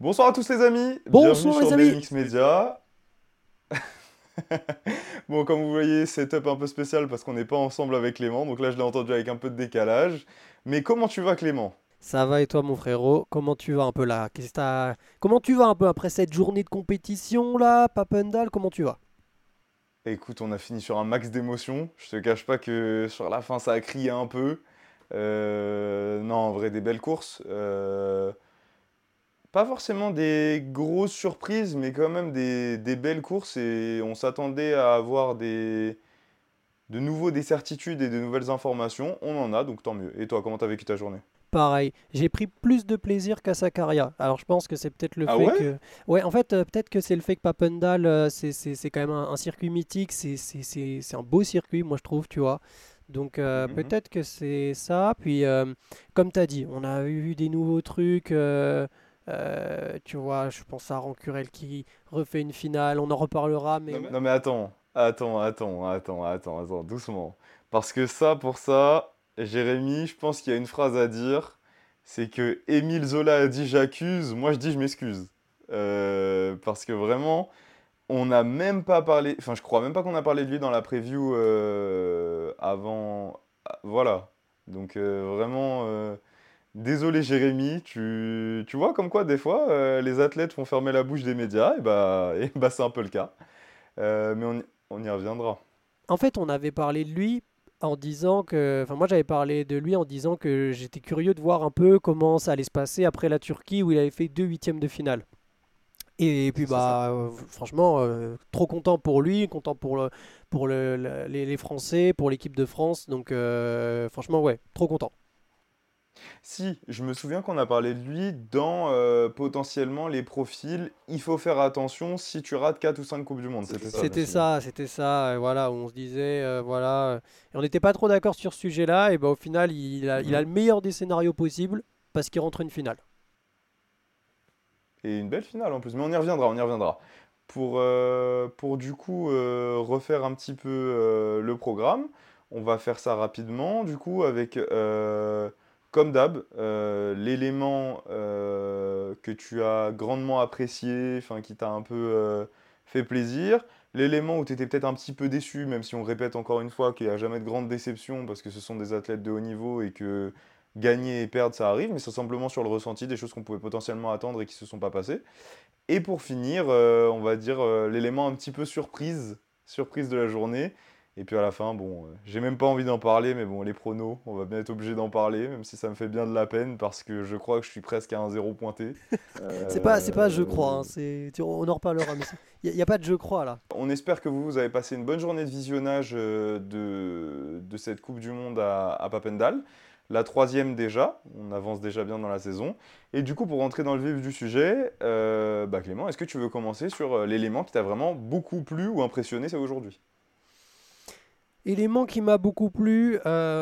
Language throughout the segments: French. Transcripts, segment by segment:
Bonsoir à tous les amis, bienvenue Bonsoir les sur amis. BMX Media. Bon, comme vous voyez, setup un peu spécial parce qu'on n'est pas ensemble avec Clément, donc là je l'ai entendu avec un peu de décalage. Mais comment tu vas Clément? Ça va et toi mon frérot? Comment tu vas un peu là? Comment tu vas un peu après cette journée de compétition là, Papendal? Comment tu vas? Écoute, on a fini sur un max d'émotions, je te cache pas que sur la fin ça a crié un peu. Non, en vrai, des belles courses. Pas forcément des grosses surprises, mais quand même des belles courses et on s'attendait à avoir de nouveau des certitudes et de nouvelles informations. On en a, donc tant mieux. Et toi, comment t'as vécu ta journée? Pareil, j'ai pris plus de plaisir qu'à Sakarya. Alors je pense que c'est peut-être le Ah fait ouais? que... Ouais, en fait, peut-être que c'est le fait que Papendal, c'est quand même un circuit mythique, c'est un beau circuit, moi je trouve, tu vois. Donc Mhm, mhm. peut-être que c'est ça. Puis comme tu as dit, on a vu des nouveaux trucs. Tu vois, je pense à Rancurel qui refait une finale, on en reparlera, mais Non, ouais. non, mais attends, doucement. Parce que ça, pour ça, Jérémy, je pense qu'il y a une phrase à dire. C'est que Émile Zola a dit j'accuse, moi je dis je m'excuse. Parce que vraiment, on n'a même pas parlé, enfin je crois même pas qu'on a parlé de lui dans la preview avant. Voilà. Donc vraiment, désolé Jérémy, tu vois comme quoi des fois les athlètes font fermer la bouche des médias, et bah c'est un peu le cas. Mais on y reviendra. En fait, on avait parlé de lui en disant que, enfin moi j'avais parlé de lui en disant que j'étais curieux de voir un peu comment ça allait se passer après la Turquie où il avait fait deux huitièmes de finale. Et puis C'est ça. franchement, trop content pour lui, content pour les Français, pour l'équipe de France. Donc franchement ouais, trop content. Si, je me souviens qu'on a parlé de lui dans potentiellement les profils. Il faut faire attention si tu rates 4 ou 5 Coupes du Monde. C'était ça, je me souviens. C'était ça, voilà, où on se disait, voilà, et on n'était pas trop d'accord sur ce sujet-là, et ben au final, il a Mhm. le meilleur des scénarios possibles parce qu'il rentre une finale. Et une belle finale en plus. Mais on y reviendra, on y reviendra. Pour du coup refaire un petit peu le programme, on va faire ça rapidement. Du coup, avec, comme d'hab, l'élément que tu as grandement apprécié, enfin qui t'a un peu fait plaisir. L'élément où tu étais peut-être un petit peu déçu, même si on répète encore une fois qu'il n'y a jamais de grande déception parce que ce sont des athlètes de haut niveau et que gagner et perdre ça arrive, mais c'est simplement sur le ressenti des choses qu'on pouvait potentiellement attendre et qui ne se sont pas passées. Et pour finir, on va dire l'élément un petit peu surprise de la journée. Et puis à la fin, bon, j'ai même pas envie d'en parler, mais bon, les pronos, on va bien être obligé d'en parler, même si ça me fait bien de la peine, parce que je crois que je suis presque à un zéro pointé. C'est pas je crois, Euh, hein, on en reparlera, mais il y a pas de je crois là. on espère que vous avez passé une bonne journée de visionnage de cette Coupe du Monde à Papendal. La troisième déjà, on avance déjà bien dans la saison. Et du coup, pour rentrer dans le vif du sujet, bah Clément, est-ce que tu veux commencer sur l'élément qui t'a vraiment beaucoup plu ou impressionné, c'est aujourd'hui? Élément qui m'a beaucoup plu,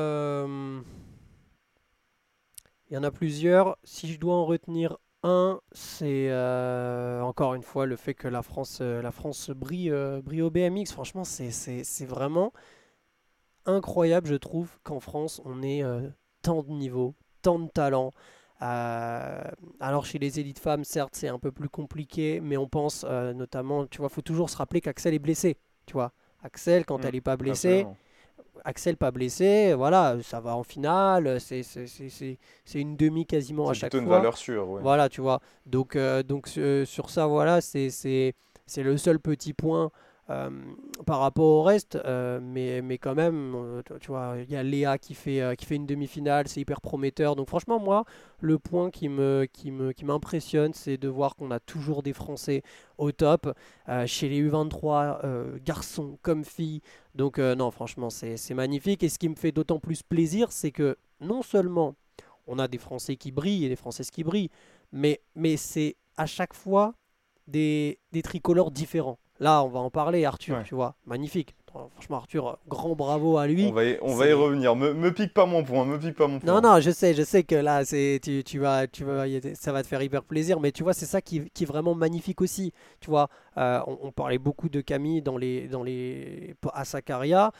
il y en a plusieurs. Si je dois en retenir un, c'est encore une fois le fait que la France brille au BMX. Franchement, c'est vraiment incroyable, je trouve, qu'en France, on ait tant de niveaux, tant de talents. Euh, alors chez les élites femmes, certes, c'est un peu plus compliqué, mais on pense notamment, tu vois, faut toujours se rappeler qu'Axel est blessée, tu vois. Axel, quand Hmm, elle n'est pas blessée, absolument. Axel pas blessé, voilà, ça va en finale, c'est une demi quasiment à C'est chaque plutôt une fois. valeur sûre, oui. Voilà, tu vois. Donc sur ça, voilà, c'est le seul petit point euh, par rapport au reste. Mais quand même, tu vois, il y a Léa qui fait une demi-finale, c'est hyper prometteur. Donc franchement, moi, le point qui m'impressionne, c'est de voir qu'on a toujours des Français au top, chez les U23, garçons comme filles. Donc non, franchement, c'est magnifique. Et ce qui me fait d'autant plus plaisir, c'est que non seulement on a des Français qui brillent et des Françaises qui brillent, mais c'est à chaque fois des tricolores différents. Là, on va en parler, Arthur, Ouais. tu vois, magnifique. Franchement, Arthur, grand bravo à lui. On va y C'est revenir. Me pique pas mon point, me pique pas mon non, point. non, je sais que là, ça va te faire hyper plaisir, mais tu vois, c'est ça qui est vraiment magnifique aussi. Tu vois, on parlait beaucoup de Camille à Sakaria,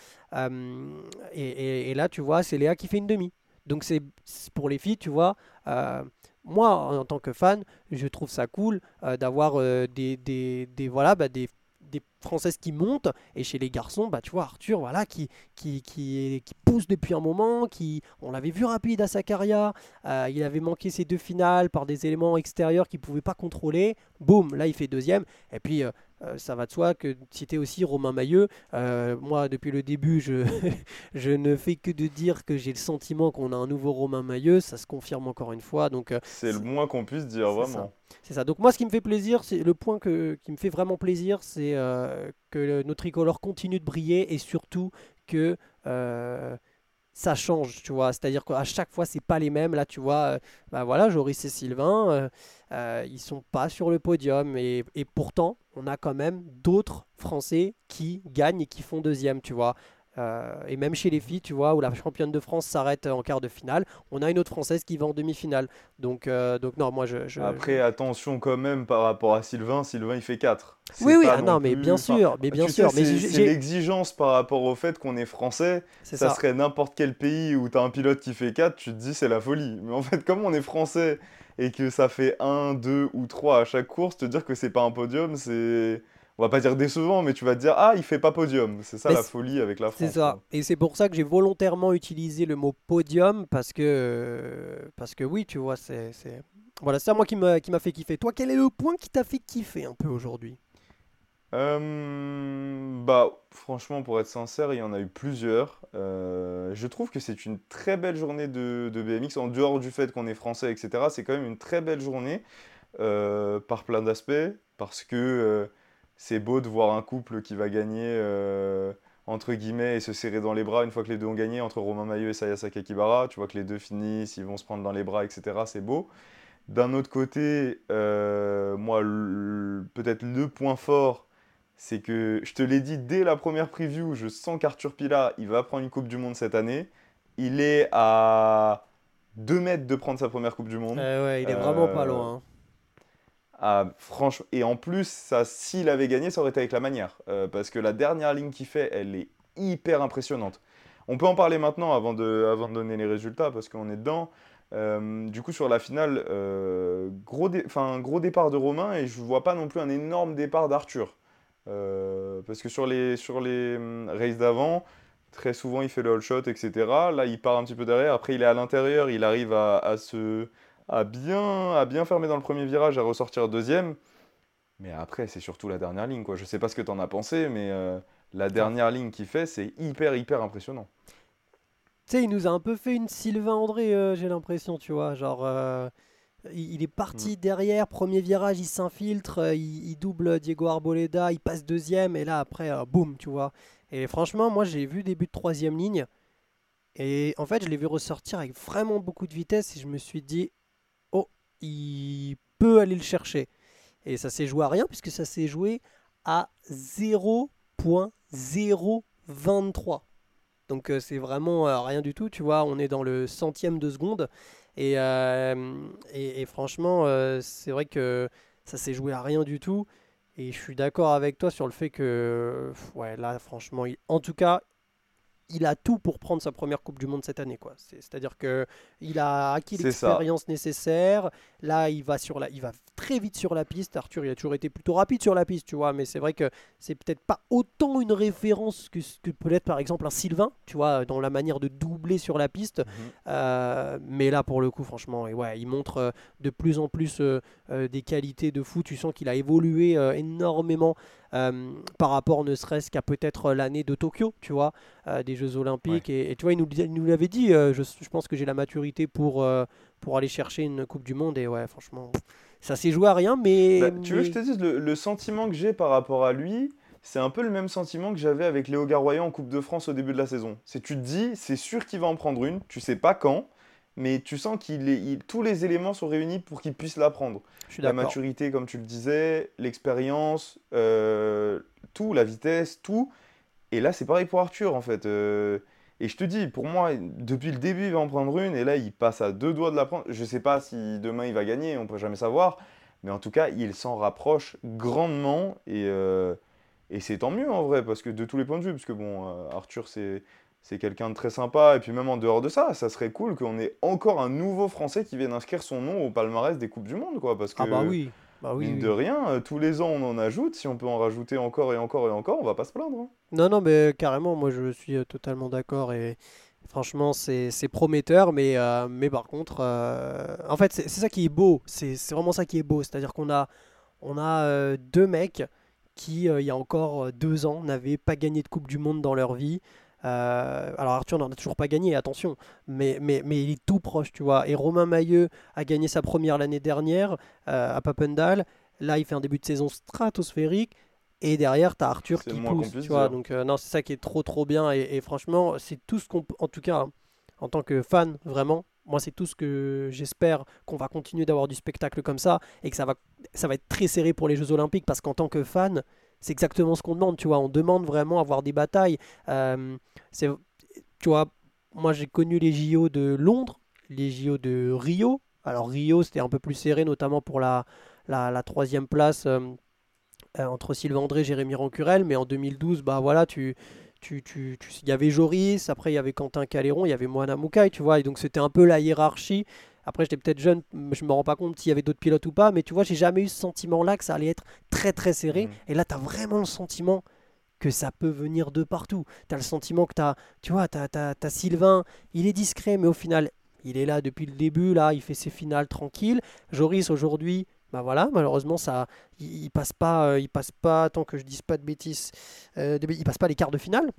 et là, tu vois, c'est Léa qui fait une demi. Donc pour les filles, tu vois, moi, en tant que fan, je trouve ça cool d'avoir voilà, des Françaises qui montent. Et chez les garçons, bah, tu vois, Arthur, voilà, qui pousse depuis un moment, on l'avait vu rapide à Sakarya, il avait manqué ses deux finales par des éléments extérieurs qu'il ne pouvait pas contrôler. Boum, là, il fait deuxième. Et puis, ça va de soi que citer aussi Romain Mailleux. Moi, depuis le début, je ne fais que de dire que j'ai le sentiment qu'on a un nouveau Romain Mailleux. Ça se confirme encore une fois. Donc, C'est le moins qu'on puisse dire, c'est ça. vraiment. C'est ça. Donc moi, ce qui me fait plaisir, c'est le point qui me fait vraiment plaisir, c'est que nos tricolores continuent de briller et surtout que ça change, tu vois. C'est-à-dire qu'à chaque fois, c'est pas les mêmes. Là, tu vois, bah voilà, Joris et Sylvain, ils sont pas sur le podium et pourtant, on a quand même d'autres Français qui gagnent et qui font deuxième, tu vois. Et même chez les filles, tu vois, où la championne de France s'arrête en quart de finale, on a une autre Française qui va en demi-finale. Donc non, moi Après, attention quand même par rapport à Sylvain. Sylvain, il fait 4. Oui, C'est oui, pas ah non non, mais bien plus. Enfin, sûr, mais bien tu sais, sûr, mais c'est l'exigence par rapport au fait qu'on est français. c'est Ça ça. serait n'importe quel pays où t'as un pilote qui fait 4, tu te dis c'est la folie. Mais en fait, comme on est français et que ça fait un, 2 ou 3 à chaque course, te dire que c'est pas un podium, c'est. On va pas dire décevant, mais tu vas te dire ah, il fait pas podium. C'est ça Mais la folie avec la c'est France, ça. quoi. Et c'est pour ça que j'ai volontairement utilisé le mot podium parce que oui, tu vois, voilà, c'est ça moi qui m'a fait kiffer. Toi, quel est le point qui t'a fait kiffer un peu aujourd'hui? Bah, franchement, pour être sincère, il y en a eu plusieurs. Je trouve que c'est une très belle journée de BMX, en dehors du fait qu'on est français, etc. C'est quand même une très belle journée par plein d'aspects, parce que c'est beau de voir un couple qui va gagner, entre guillemets, et se serrer dans les bras une fois que les deux ont gagné, entre Romain Maillot et Saya Sakakibara. Tu vois que les deux finissent, ils vont se prendre dans les bras, etc. C'est beau. D'un autre côté, moi, peut-être le point fort, c'est que je te l'ai dit dès la première preview, je sens qu'Arthur Pilat, il va prendre une Coupe du Monde cette année. Il est à 2 mètres de prendre sa première Coupe du Monde. Ouais, il est vraiment pas Euh, loin, hein. franchement, et en plus, ça, s'il avait gagné, ça aurait été avec la manière. Parce que la dernière ligne qu'il fait, elle est hyper impressionnante. On peut en parler maintenant avant de donner les résultats, parce qu'on est dedans. Du coup, sur la finale, gros départ de Romain, et je vois pas non plus un énorme départ d'Arthur. Parce que sur les races d'avant, très souvent il fait le all shot, etc. Là, il part un petit peu derrière. Après, il est à l'intérieur, il arrive à bien fermer dans le premier virage, à ressortir deuxième. Mais après, c'est surtout la dernière ligne, quoi. Je sais pas ce que tu en as pensé, mais la Enfin, dernière ligne qu'il fait, c'est hyper, hyper impressionnant. tu sais, il nous a un peu fait une Sylvain André, j'ai l'impression, tu vois, genre il est Mm. parti derrière, premier virage, il s'infiltre, il double Diego Arboleda, il passe deuxième, et là après, boum, tu vois. Et franchement, moi j'ai vu début de troisième ligne, et en fait je l'ai vu ressortir avec vraiment beaucoup de vitesse, et je me suis dit, oh, il peut aller le chercher. Et ça s'est joué à rien, puisque ça s'est joué à 0,023. Donc c'est vraiment rien du tout, tu vois, on est dans le centième de seconde. Et franchement, c'est vrai que ça s'est joué à rien du tout. Et je suis d'accord avec toi sur le fait que, ouais, là, franchement, en tout cas, il a tout pour prendre sa première Coupe du Monde cette année, quoi. C'est-à-dire que il a acquis C'est ça. l'expérience nécessaire. Là, il va très vite sur la piste. Arthur, il a toujours été plutôt rapide sur la piste, tu vois. Mais c'est vrai que c'est peut-être pas autant une référence que ce que peut être par exemple un Sylvain, tu vois, dans la manière de doubler sur la piste. Mhm. Mais là, pour le coup, franchement, et ouais, il montre de plus en plus des qualités de fou. Tu sens qu'il a évolué énormément par rapport ne serait-ce qu'à peut-être l'année de Tokyo, tu vois, des Jeux Ouais. Olympiques. Et tu vois, il nous l'avait dit, je pense que j'ai la maturité pour aller chercher une Coupe du Monde. Et ouais, franchement, ça s'est joué à rien, Bah, tu veux que je mais te dise le sentiment que j'ai par rapport à lui, c'est un peu le même sentiment que j'avais avec Léo Garoyan en Coupe de France au début de la saison. C'est tu te dis, c'est sûr qu'il va en prendre une, tu sais pas quand, mais tu sens tous les éléments sont réunis pour qu'il puisse la prendre. je suis La d'accord. maturité, comme tu le disais, l'expérience, tout, la vitesse, tout. Et là, c'est pareil pour Arthur, en fait. Et je te dis, pour moi, depuis le début, il va en prendre une, et là, il passe à deux doigts de la prendre. Je sais pas si demain il va gagner, on peut jamais savoir, mais en tout cas, il s'en rapproche grandement, et c'est tant mieux en vrai, parce que de tous les points de vue, parce que bon, Arthur, c'est quelqu'un de très sympa. Et puis même en dehors de ça, ça serait cool qu'on ait encore un nouveau Français qui vienne inscrire son nom au palmarès des Coupes du Monde, quoi. Parce Ah que, bah oui, mine de oui. rien, tous les ans on en ajoute. Si on peut en rajouter encore et encore et encore, on va pas se plaindre, hein. Non, non, mais carrément, moi je suis totalement d'accord et franchement c'est prometteur, mais par contre, en fait c'est ça qui est beau, c'est vraiment ça qui est beau, c'est-à-dire qu'on a deux mecs qui, il y a encore 2 ans, n'avaient pas gagné de Coupe du Monde dans leur vie. Alors Arthur n'en a toujours pas gagné, attention, mais il est tout proche, tu vois. Et Romain Mailleux a gagné sa première l'année dernière à Papendal. Là, il fait un début de saison stratosphérique. Et derrière, tu as Arthur C'est le qui moins qu'on pousse, tu puisse vois. dire. Donc, non, c'est ça qui est trop, trop bien. Et franchement, c'est tout ce qu'on peut, en tout cas, hein, en tant que fan, vraiment, moi, c'est tout ce que j'espère qu'on va continuer d'avoir du spectacle comme ça et que ça va être très serré pour les Jeux Olympiques parce qu'en tant que fan, c'est exactement ce qu'on demande, tu vois. On demande vraiment avoir des batailles. Euh, c'est, tu vois, moi, j'ai connu les JO de Londres, les JO de Rio. Alors, Rio, c'était un peu plus serré, notamment pour la troisième place. Entre Sylvain André et Jérémy Rancurel, mais en 2012, bah voilà, il y avait Joris, après il y avait Quentin Caléron, il y avait Moana Moukaï, tu vois, et donc c'était un peu la hiérarchie. Après, j'étais peut-être jeune, je me rends pas compte s'il y avait d'autres pilotes ou pas, mais tu vois, j'ai jamais eu ce sentiment-là que ça allait être très très serré. Mhm. Et là, tu as vraiment le sentiment que ça peut venir de partout. Tu as le sentiment que tu vois, t'as Sylvain, il est discret, mais au final, il est là depuis le début, là, il fait ses finales tranquille. Joris, aujourd'hui, bah voilà, malheureusement, ça, il passe pas, tant que je dise pas de bêtises, il passe pas les quarts de finale.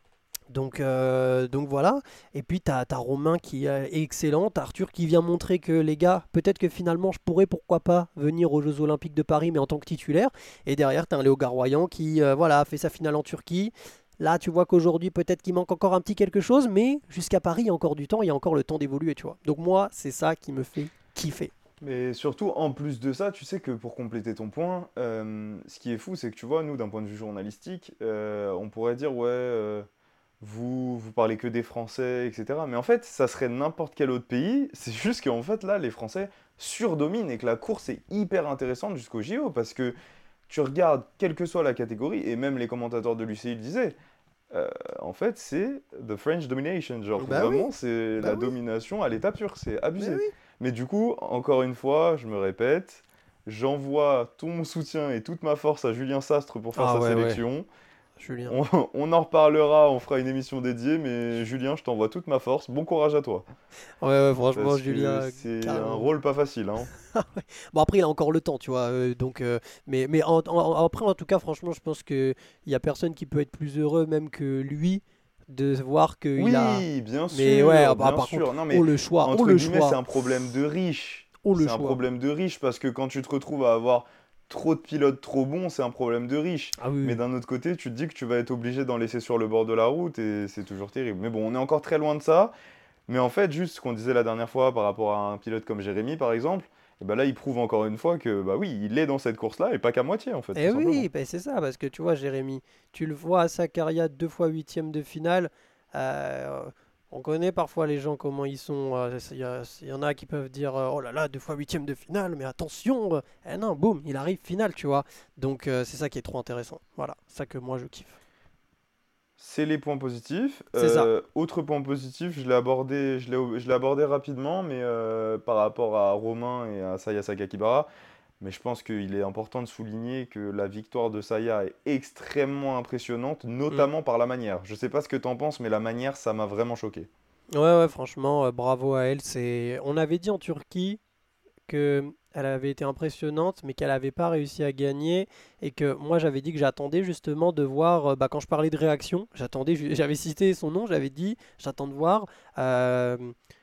Donc voilà. Et puis t'as Romain qui est excellent, t'as Arthur qui vient montrer que les gars, peut-être que finalement je pourrais pourquoi pas venir aux Jeux Olympiques de Paris, mais en tant que titulaire. Et derrière t'as un Léo Garoyan qui voilà, a fait sa finale en Turquie. Là tu vois qu'aujourd'hui peut-être qu'il manque encore un petit quelque chose, mais jusqu'à Paris il y a encore du temps, il y a encore le temps d'évoluer, tu vois. Donc moi c'est ça qui me fait kiffer. Mais surtout, en plus de ça, tu sais que pour compléter ton point, ce qui est fou, c'est que tu vois, nous, d'un point de vue journalistique, on pourrait dire, ouais, vous parlez que des Français, etc. Mais en fait, ça serait n'importe quel autre pays. C'est juste qu'en fait, là, les Français surdominent et que la course est hyper intéressante jusqu'au JO parce que tu regardes, quelle que soit la catégorie, et même les commentateurs de l'UCI le disaient, euh, en fait, c'est the French domination. Genre, Bah oui, vraiment, c'est bah la oui, domination à l'état pur. C'est mais abusé. oui. Mais du coup, encore une fois, je me répète, j'envoie tout mon soutien et toute ma force à Julien Sastre pour faire Ah sa ouais, ouais, sélection. Julien. On en reparlera, on fera une émission dédiée, mais Julien, je t'envoie toute ma force. Bon courage à toi. Ouais, ouais, franchement, Parce que Julien, c'est un carrément. rôle pas facile, hein. Ah ouais. Bon, après, il a encore le temps, tu vois. Mais après, en tout cas, franchement, je pense qu'il y a personne qui peut être plus heureux, même que lui, de voir qu'il a. Oui, bien Mais ouais, sûr, ah, bien par contre, sûr. Non, oh mais le choix, oh entre le guillemets, c'est choix, un problème de riche. oh le C'est un choix. problème de riche parce que quand tu te retrouves à avoir trop de pilotes trop bons, c'est un problème de riche. Ah oui, Mais oui. d'un autre côté, tu te dis que tu vas être obligé d'en laisser sur le bord de la route et c'est toujours terrible. Mais bon, on est encore très loin de ça. Mais en fait, juste ce qu'on disait la dernière fois par rapport à un pilote comme Jérémy, par exemple, et ben là, il prouve encore une fois que, bah oui, il est dans cette course-là et pas qu'à moitié, en fait, tout Eh simplement. oui, ben c'est ça, parce que tu vois, Jérémy, tu le vois à Sakarya 2 fois 8e de finale. euh, on connaît parfois les gens comment ils sont. Il y en a qui peuvent dire oh là là, 2 fois 8e de finale, mais attention. Eh non, boum, il arrive finale, tu vois. Donc c'est ça qui est trop intéressant. Voilà, ça que moi je kiffe. C'est les points positifs. C'est ça. Autre point positif, je l'ai abordé rapidement, mais par rapport à Romain et à Saya Sakakibara, mais je pense qu'il est important de souligner que la victoire de Saya est extrêmement impressionnante, Mm. notamment par la manière. Je sais pas ce que t'en penses, mais la manière, ça m'a vraiment choqué. Ouais, ouais, franchement, bravo à elle. On avait dit en Turquie que elle avait été impressionnante, mais qu'elle n'avait pas réussi à gagner. Et que moi, j'avais dit que j'attendais justement de voir, bah, quand je parlais de réaction, j'avais cité son nom, j'avais dit, j'attends de voir euh,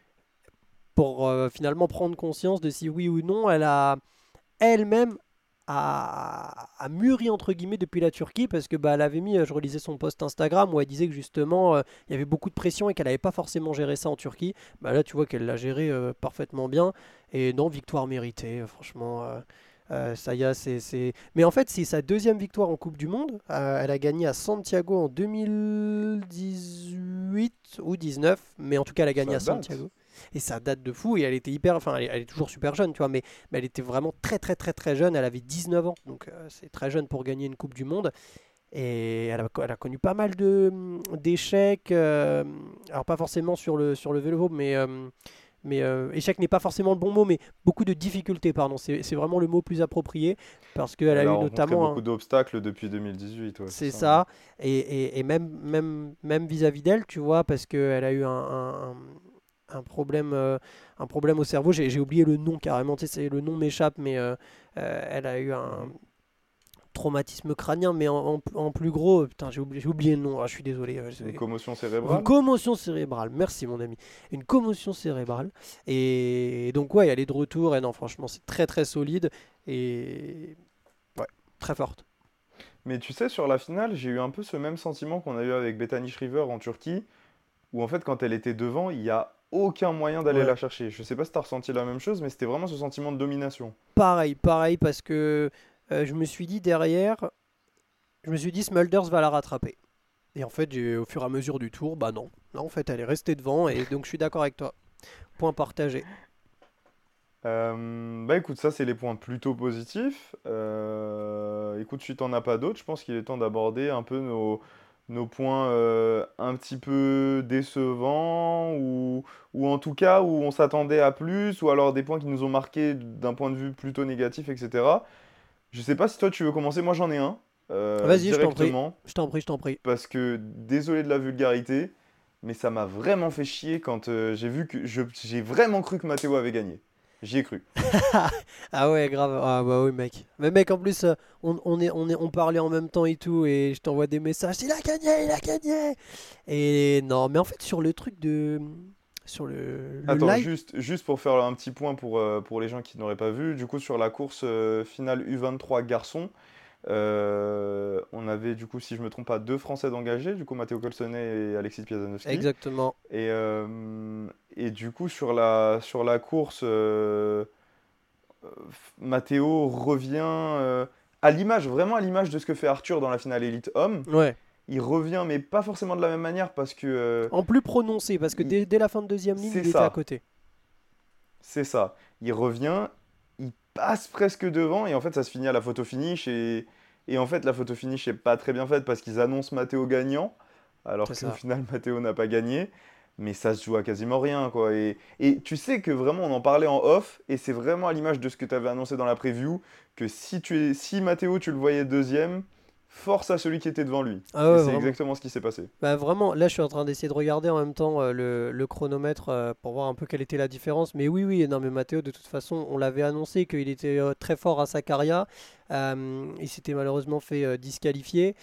pour finalement prendre conscience de si oui ou non elle a elle-même a mûri entre guillemets depuis la Turquie parce que bah, elle avait mis, je relisais son post Instagram où elle disait que justement il y avait beaucoup de pression et qu'elle n'avait pas forcément géré ça en Turquie. Bah, là tu vois qu'elle l'a géré parfaitement bien et non, victoire méritée, franchement. Ça y est, Mais en fait, c'est sa deuxième victoire en Coupe du Monde. Elle a gagné à Santiago en 2018 ou 19, mais en tout cas, elle a gagné Ça à date. Santiago. Et ça date de fou. Et elle était hyper. Enfin, elle est toujours super jeune, tu vois, mais elle était vraiment très, très, très, très jeune. Elle avait 19 ans. Donc, c'est très jeune pour gagner une Coupe du Monde. Et elle a connu pas mal d'échecs. Alors pas forcément sur le vélo, mais échec n'est pas forcément le bon mot, mais beaucoup de difficultés, pardon. C'est vraiment le mot plus approprié parce qu'elle a Elle a eu rencontré notamment beaucoup d'obstacles depuis 2018, ouais, c'est c'est ça, hein. ça. Et même vis-à-vis d'elle, tu vois, parce qu'elle a eu un problème au cerveau. J'ai oublié le nom carrément, tu sais, le nom m'échappe, mais elle a eu un Mhm. traumatisme crânien, mais en plus gros. Putain, j'ai oublié le nom. Ah, je suis désolé. Une C'est commotion une cérébrale? commotion cérébrale. Merci, mon ami. Une commotion cérébrale. Et donc, ouais, elle est de retour. Et non, franchement, c'est très, très solide. Et ouais, très forte. Mais tu sais, sur la finale, j'ai eu un peu ce même sentiment qu'on a eu avec Bethany Shriver en Turquie, où en fait, quand elle était devant, il n'y a aucun moyen d'aller Ouais. la chercher. Je sais pas si tu as ressenti la même chose, mais c'était vraiment ce sentiment de domination. Pareil, pareil, parce que je me suis dit derrière, je me suis dit Smulders va la rattraper. Et en fait, au fur et à mesure du tour, bah non. Là, en fait, elle est restée devant, et donc je suis d'accord avec toi. Point partagé. Bah écoute, ça c'est les points plutôt positifs. Écoute, si t'en as pas d'autres, je pense qu'il est temps d'aborder un peu nos points un petit peu décevants ou en tout cas où on s'attendait à plus ou alors des points qui nous ont marqués d'un point de vue plutôt négatif, etc. Je sais pas si toi tu veux commencer, moi j'en ai un Vas-y, je t'en prie. directement Je t'en prie, je t'en prie. parce que désolé de la vulgarité, mais ça m'a vraiment fait chier quand j'ai vu que j'ai vraiment cru que Matteo avait gagné. J'y ai cru. Ah ouais, grave. Ah bah oui, mec. Mais mec, en plus, on parlait en même temps et tout, et je t'envoie des messages. Il a gagné, il a gagné. Et non, mais en fait, sur le truc sur le Attends, live. juste pour faire un petit point pour les gens qui n'auraient pas vu, du coup sur la course finale U23 garçons, on avait du coup, si je me trompe pas, deux Français d'engagés, du coup Matteo Colsonnet et Alexis Piazanowski. Exactement. Et, euh, et du coup sur la course, Matteo revient à l'image, vraiment à l'image de ce que fait Arthur dans la finale élite homme. Ouais. Il revient, mais pas forcément de la même manière parce que En plus prononcé, parce que il- dès la fin de deuxième ligne, c'est il était à ça. côté. C'est ça. Il revient, il passe presque devant et en fait ça se finit à la photo finish et en fait la photo finish est pas très bien faite parce qu'ils annoncent Matteo gagnant alors C'est qu'au ça. final Matteo n'a pas gagné. Mais ça se joue à quasiment rien quoi. Et tu sais que vraiment on en parlait en off et c'est vraiment à l'image de ce que tu avais annoncé dans la preview que si Matteo tu le voyais deuxième, force à celui qui était devant lui. Ah Et ouais, c'est vraiment. exactement ce qui s'est passé. Bah vraiment, là je suis en train d'essayer de regarder en même temps le chronomètre pour voir un peu quelle était la différence. Mais oui, oui, non, mais Matteo, de toute façon, on l'avait annoncé qu'il était très fort à Sakarya. Il s'était malheureusement fait disqualifier.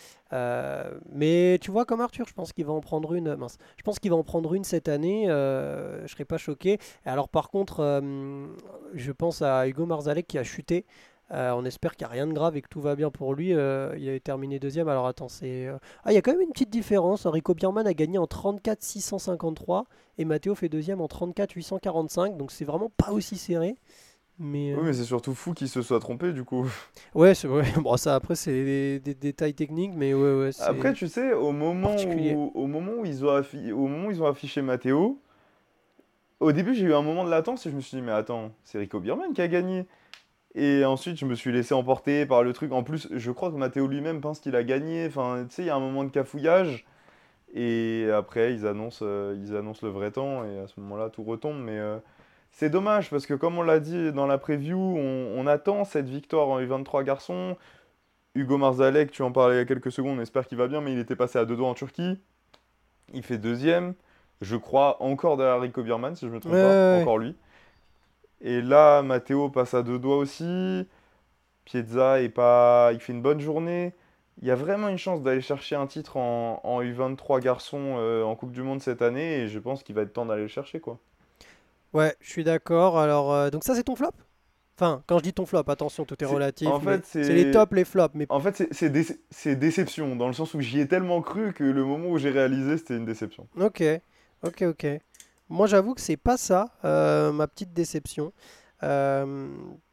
Mais tu vois, comme Arthur, je pense qu'il va en prendre une. Mince, je pense qu'il va en prendre une cette année. Je serais pas choqué. Et alors, par contre, je pense à Hugo Marzalek qui a chuté. On espère qu'il n'y a rien de grave et que tout va bien pour lui. Il avait terminé deuxième. Alors attends, il y a quand même une petite différence. Rico Biermann a gagné en 34 653 et Matteo fait deuxième en 34 845. Donc c'est vraiment pas aussi serré. Mais Oui, mais c'est surtout fou qu'il se soit trompé du coup. ouais, ouais. Bon, ça après c'est des détails techniques, mais ouais, ouais, Après, c'est tu sais, particulier. au moment où au moment où ils ont affiché Matteo, au début, j'ai eu un moment de latence et je me suis dit, mais attends, c'est Rico Biermann qui a gagné. Et ensuite, je me suis laissé emporter par le truc. En plus, je crois que Matteo lui-même pense qu'il a gagné. Enfin, tu sais, il y a un moment de cafouillage. Et après, ils annoncent le vrai temps. Et à ce moment-là, tout retombe. Mais c'est dommage parce que, comme on l'a dit dans la preview, on attend cette victoire en U23 garçons. Hugo Marzalek, tu en parlais il y a quelques secondes, on espère qu'il va bien, mais il était passé à deux doigts en Turquie. Il fait deuxième, je crois, encore derrière Rico Biermann, si je ne me Ouais, trompe pas, ouais, ouais. encore lui. Et là, Matteo passe à deux doigts aussi. Piazza est pas... il fait une bonne journée. Il y a vraiment une chance d'aller chercher un titre en U23 garçons en Coupe du Monde cette année, et je pense qu'il va être temps d'aller le chercher, quoi. Ouais, je suis d'accord. Alors donc ça c'est ton flop? Enfin, quand je dis ton flop, attention, tout est En relatif, mais fait, c'est les tops, les flops. Mais c'est déception, dans le sens où j'y ai tellement cru que le moment où j'ai réalisé, c'était une déception. ok, ok, ok. Moi, j'avoue que c'est pas ça, ma petite déception. Euh,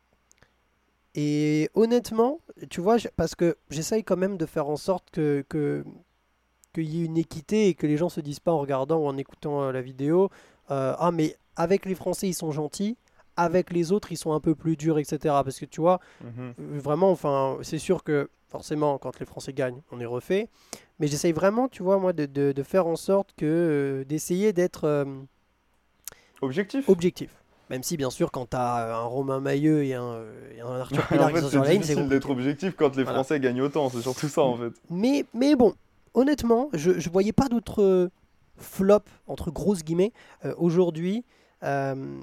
et honnêtement, tu vois, parce que j'essaye quand même de faire en sorte qu'il y ait une équité et que les gens se disent pas en regardant ou en écoutant la vidéo, ah mais avec les Français ils sont gentils, avec les autres, ils sont un peu plus durs, etc. Parce que tu vois, Mhm. vraiment, enfin, c'est sûr que forcément, quand les Français gagnent, on est refait. Mais j'essaye vraiment, tu vois, moi, de faire en sorte que d'essayer d'être Objectif? objectif. Même si, bien sûr, quand tu as un Romain Mailleux et un Arthur En Pilar qui fait, sont c'est sur la ligne, c'est difficile d'être compliqué. objectif quand les Voilà. Français gagnent autant, c'est surtout ça en fait. Mais bon, honnêtement, je voyais pas d'autres flops, entre grosses guillemets, aujourd'hui euh,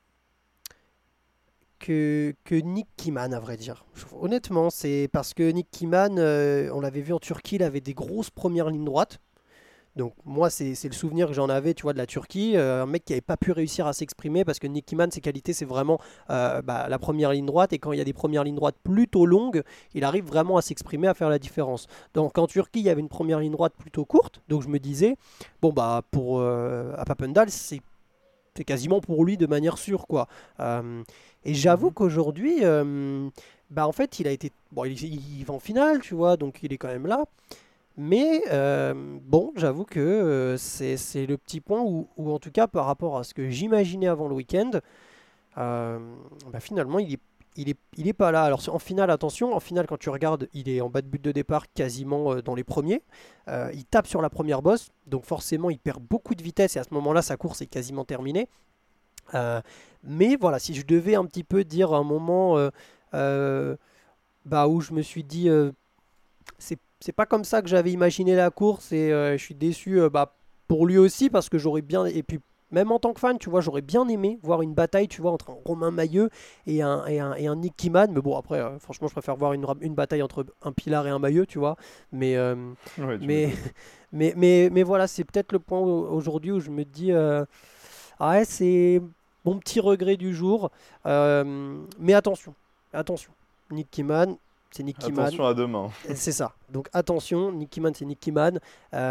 que Nick Kiman, à vrai dire. Honnêtement, c'est parce que Nick Kiman, on l'avait vu en Turquie, il avait des grosses premières lignes droites. Donc moi, c'est le souvenir que j'en avais, tu vois, de la Turquie. Un mec qui n'avait pas pu réussir à s'exprimer parce que Nick Kiman, ses qualités, c'est vraiment la première ligne droite. Et quand il y a des premières lignes droites plutôt longues, il arrive vraiment à s'exprimer, à faire la différence. Donc en Turquie, il y avait une première ligne droite plutôt courte. Donc je me disais, bon, bah, pour à Papendal, c'est quasiment pour lui de manière sûre, quoi. Et j'avoue Mhm. qu'aujourd'hui, bah, en fait, il a été. Bon, il va en finale, tu vois, donc il est quand même là. Mais bon, j'avoue que c'est le petit point où, en tout cas, par rapport à ce que j'imaginais avant le week-end, euh, bah, finalement, il est pas là. Alors, en finale, attention, en finale, quand tu regardes, il est en bas de but de départ quasiment dans les premiers. Il tape sur la première bosse, donc forcément, il perd beaucoup de vitesse et à ce moment-là, sa course est quasiment terminée. Euh, mais voilà, si je devais un petit peu dire un moment euh, bah, où je me suis dit c'est pas comme ça que j'avais imaginé la course et je suis déçu bah, pour lui aussi parce que j'aurais bien et puis même en tant que fan tu vois j'aurais bien aimé voir une bataille tu vois entre un Romain Mailleux et un Nick Kiman mais bon après franchement je préfère voir une bataille entre un Pilar et un Mailleux tu vois mais Ouais, tu mais, m'étonnes. mais voilà c'est peut-être le point aujourd'hui où je me dis ah ouais c'est mon petit regret du jour mais attention Nick Kiman c'est Nick Kiman Attention à demain. c'est ça. Donc attention, Nicky Mann, c'est Nicky Mann.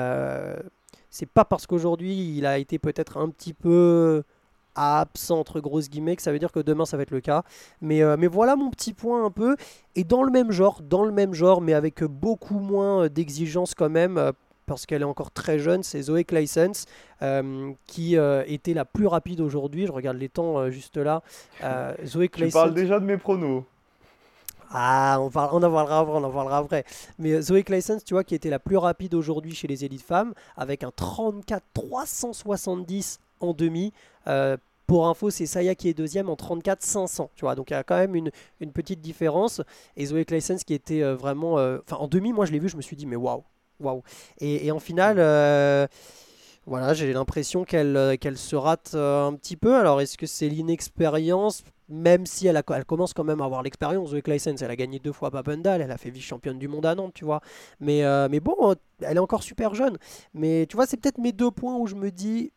C'est pas parce qu'aujourd'hui il a été peut-être un petit peu absent entre grosses guillemets que ça veut dire que demain ça va être le cas. Mais voilà mon petit point un peu. Et dans le même genre, mais avec beaucoup moins d'exigence quand même. Parce qu'elle est encore très jeune, c'est Zoé Claessens qui était la plus rapide aujourd'hui. Je regarde les temps juste là. Zoé Tu parles Claessens, déjà de mes pronos. ah, on en parlera après, on en parlera après. Mais Zoé Claessens, tu vois, qui était la plus rapide aujourd'hui chez les élites femmes, avec un 34 370 en demi. Pour info, c'est Saya qui est deuxième en 34 500. Tu vois, donc il y a quand même une petite différence. Et Zoé Claessens qui était vraiment, enfin en demi, moi je l'ai vu, je me suis dit mais waouh, waouh. Et en finale. Mhm. Voilà, j'ai l'impression qu'elle se rate un petit peu. Alors, est-ce que c'est l'inexpérience? Même si elle commence quand même à avoir l'expérience de Claessens, elle a gagné 2 fois à Papendal, elle a fait vice-championne du monde à Nantes, tu vois. Mais bon, elle est encore super jeune. Mais tu vois, c'est peut-être mes 2 points où je me dis,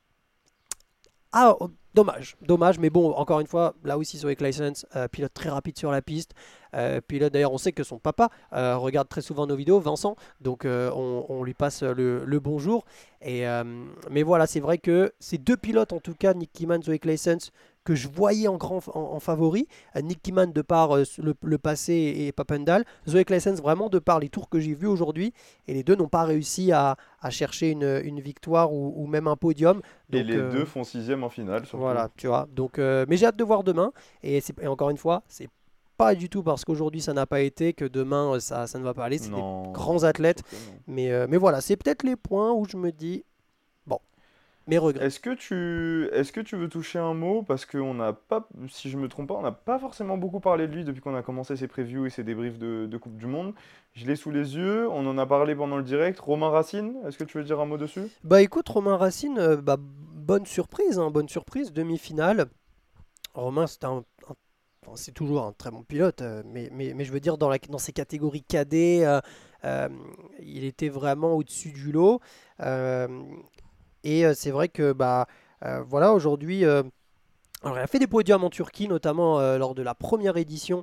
ah, oh, dommage, dommage, mais bon, encore une fois, là aussi Zoé Claessens, pilote très rapide sur la piste. Pilote, d'ailleurs, on sait que son papa regarde très souvent nos vidéos, Vincent, donc on lui passe le bonjour. Mais voilà, c'est vrai que ces deux pilotes, en tout cas, Nick Kiman, Zoé Claessens, que je voyais en favori. Nick Kiman de par le passé et Papendal. Zoé Claessens vraiment de par les tours que j'ai vus aujourd'hui. Et les deux n'ont pas réussi à chercher une victoire ou même un podium. Et Donc les deux font sixième en finale surtout. voilà, tu vois. Donc, mais j'ai hâte de voir demain. Et encore une fois, c'est pas du tout parce qu'aujourd'hui ça n'a pas été que demain ça ne va pas aller. C'est des Non, grands bien athlètes. sûr que non. Mais voilà, c'est peut-être les points où je me dis, bon, mes regrets. Est-ce que tu veux toucher un mot? Parce qu'on n'a pas, si je me trompe pas, on n'a pas forcément beaucoup parlé de lui depuis qu'on a commencé ses previews et ses débriefs de Coupe du Monde. Je l'ai sous les yeux, on en a parlé pendant le direct. Romain Racine, est-ce que tu veux dire un mot dessus? Bah écoute, Romain Racine, bah, bonne surprise, demi-finale. Romain, enfin, c'est toujours un très bon pilote, mais je veux dire, dans ces catégories cadets, euh, il était vraiment au-dessus du lot. Euh, et c'est vrai que, bah, voilà, aujourd'hui, alors il a fait des podiums en Turquie, notamment lors de la première édition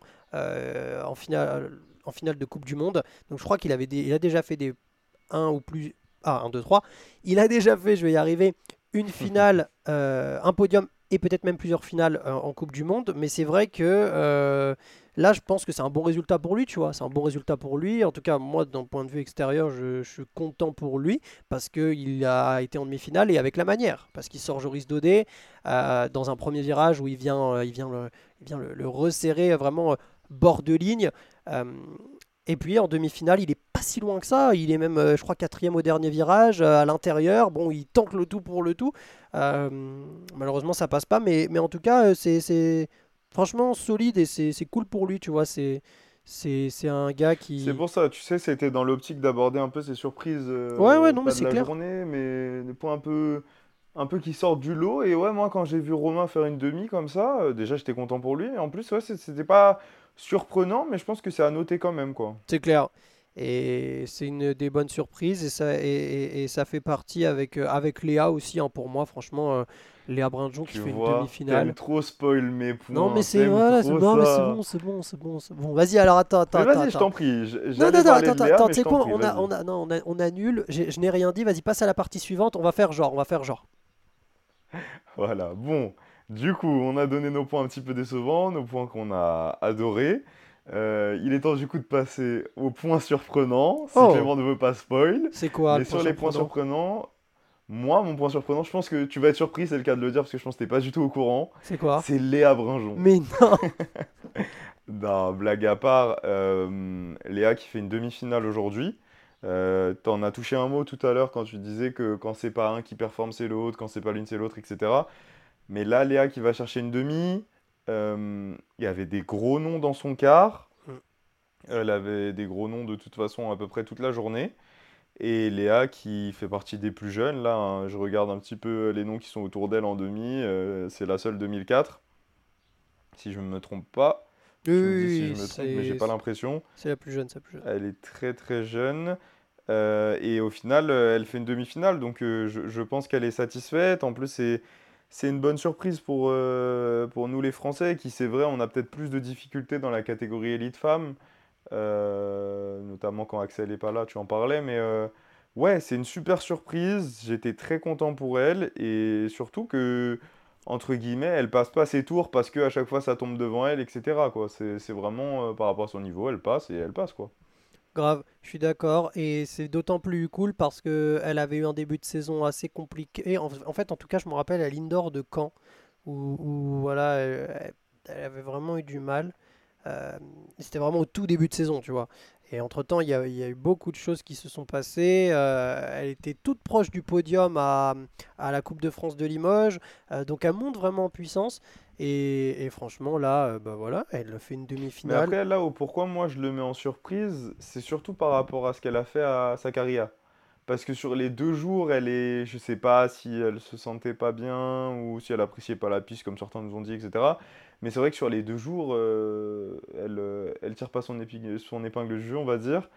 en finale de Coupe du Monde. Donc je crois il a déjà fait des un ou plus. Ah, un 2 3. Il a déjà fait, je vais y arriver, une finale, un podium et peut-être même plusieurs finales en Coupe du Monde. Mais c'est vrai que là, je pense que c'est un bon résultat pour lui, tu vois. C'est un bon résultat pour lui. En tout cas, moi, d'un point de vue extérieur, je suis content pour lui parce qu'il a été en demi-finale et avec la manière. Parce qu'il sort Joris Dodé dans un premier virage où il vient le resserrer vraiment bord de ligne. Euh, et puis en demi-finale, il est pas si loin que ça. Il est même, je crois, quatrième au dernier virage, à l'intérieur. Bon, il tente le tout pour le tout. Euh, Malheureusement, ça passe pas. Mais en tout cas, c'est franchement solide et c'est cool pour lui, tu vois. C'est un gars C'est qui. pour ça, tu sais, c'était dans l'optique d'aborder un peu ces surprises, Ouais, ouais, non, mais pas de c'est la clair. journée, mais des points un peu qui sortent du lot. Et ouais, moi, quand j'ai vu Romain faire une demi comme ça, déjà, j'étais content pour lui. Et en plus, ouais, c'était pas surprenant, mais je pense que c'est à noter quand même, quoi. C'est clair. Et c'est une des bonnes surprises et ça fait partie avec Léa aussi, hein, pour moi, franchement, Léa Brindjon qui Tu fait une vois, t'aimes demi-finale. trop spoil mes Non, mais points, c'est t'aimes voilà, trop non, mais c'est ça. bon, c'est bon, c'est bon, c'est bon. Vas-y, alors attends, attends, Mais attends, vas-y, je attends. t'en prie, Non, non, j'allais non, parler attends, de attends, Léa, attends, mais tu je sais t'en quoi, prie, vas-y. on annule, je n'ai rien dit, vas-y, passe à la partie suivante, on va faire genre, on va faire genre. Voilà, bon, du coup, on a donné nos points un petit peu décevants, nos points qu'on a adorés. Il est temps du coup de passer aux points surprenants, si Oh, Clément ne veut pas spoil. c'est quoi le Mais point sur les points surprenant? surprenants, moi, mon point surprenant, je pense que tu vas être surpris, c'est le cas de le dire, parce que je pense que t'es pas du tout au courant. C'est quoi? C'est Léa Brinjon. Mais non! Non, blague à part, Léa qui fait une demi-finale aujourd'hui. T'en as touché un mot tout à l'heure quand tu disais que quand c'est pas un qui performe, c'est l'autre, quand c'est pas l'une, c'est l'autre, etc. Mais là, Léa qui va chercher une demi, il y avait des gros noms dans son quart. Hmm. Elle avait des gros noms de toute façon à peu près toute la journée. Et Léa qui fait partie des plus jeunes, là, hein, je regarde un petit peu les noms qui sont autour d'elle en demi, c'est la seule 2004, si je ne me trompe pas. Oui, Tu me dis si oui, je oui, me trompe, mais j'ai pas l'impression. c'est la plus jeune, c'est la plus jeune. Elle est très très jeune. Et au final, elle fait une demi-finale, donc je pense qu'elle est satisfaite. En plus, c'est une bonne surprise pour nous les Français, qui c'est vrai, on a peut-être plus de difficultés dans la catégorie élite femmes, notamment quand Axel n'est pas là, tu en parlais, mais ouais, c'est une super surprise. J'étais très content pour elle, et surtout que, entre guillemets, elle passe pas ses tours parce que à chaque fois ça tombe devant elle, etc., quoi. C'est vraiment par rapport à son niveau, elle passe et elle passe, quoi. Grave, je suis d'accord. Et c'est d'autant plus cool parce que elle avait eu un début de saison assez compliqué. En fait, en tout cas, je me rappelle à l'Indoor de Caen, où voilà, elle avait vraiment eu du mal. Euh, C'était vraiment au tout début de saison, tu vois. Et entre-temps, il y a eu beaucoup de choses qui se sont passées. Elle était toute proche du podium à la Coupe de France de Limoges. Donc elle monte vraiment en puissance. Et franchement, là, bah voilà, elle fait une Mais demi-finale. après, là où pourquoi moi je le mets en surprise, c'est surtout par rapport à ce qu'elle a fait à sa carrière. Parce que sur les 2 jours, elle est, je sais pas si elle se sentait pas bien ou si elle appréciait pas la piste, comme certains nous ont dit, etc. Mais c'est vrai que sur les 2 jours, elle tire pas son épingle du jeu, on va dire.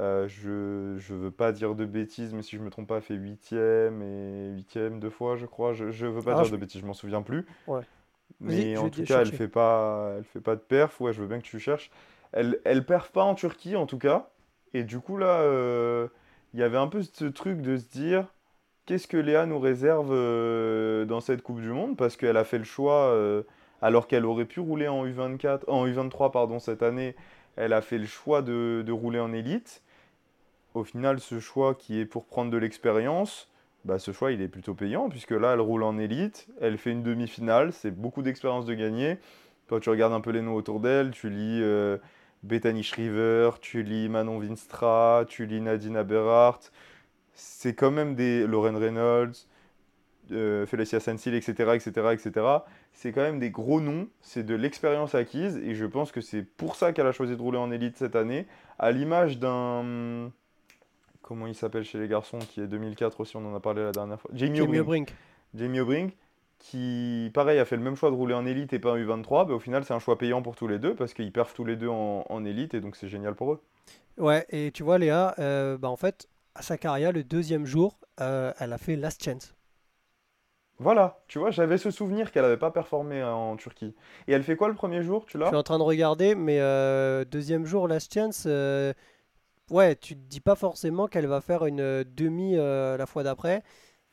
Je veux pas dire de bêtises, mais si je me trompe pas, elle fait huitième et huitième 2 fois, je crois. Je veux pas Ah, dire de bêtises, je m'en souviens plus. ouais. Vas-y, Mais je en vais tout cas, chercher. elle fait pas de perf. Ouais, je veux bien que tu cherches. Elle perf pas en Turquie, en tout cas. Et du coup, là, il y avait un peu ce truc de se dire, qu'est-ce que Léa nous réserve dans cette Coupe du Monde? Parce qu'elle a fait le choix, alors qu'elle aurait pu rouler en U24, en U23, pardon, cette année, elle a fait le choix de rouler en élite. Au final, ce choix qui est pour prendre de l'expérience, bah, ce choix, il est plutôt payant, puisque là, elle roule en élite, elle fait une demi-finale, c'est beaucoup d'expérience de gagner. Quand tu regardes un peu les noms autour d'elle, tu lis Bethany Shriver, tu lis Manon Vinstra, tu lis Nadine Aberhart, c'est quand même des Lauren Reynolds, Felicia Sansil, etc., etc., etc. C'est quand même des gros noms, c'est de l'expérience acquise, et je pense que c'est pour ça qu'elle a choisi de rouler en élite cette année, à l'image d'un comment il s'appelle chez les garçons, qui est 2004 aussi, on en a parlé la dernière fois. Jamie Jamie O'Brink. O'Brink. Jamie O'Brink, qui, pareil, a fait le même choix de rouler en élite et pas en U23, mais au final, c'est un choix payant pour tous les deux, parce qu'ils perfent tous les deux en élite, et donc c'est génial pour eux. Ouais, et tu vois, Léa, bah en fait, à sa carrière, le deuxième jour, elle a fait Last Chance. Voilà, tu vois, j'avais ce souvenir qu'elle n'avait pas performé en Turquie. Et elle fait quoi le premier jour, tu Je suis l'as? en train de regarder, mais deuxième jour, Last Chance, ouais, tu te dis pas forcément qu'elle va faire une demi la fois d'après.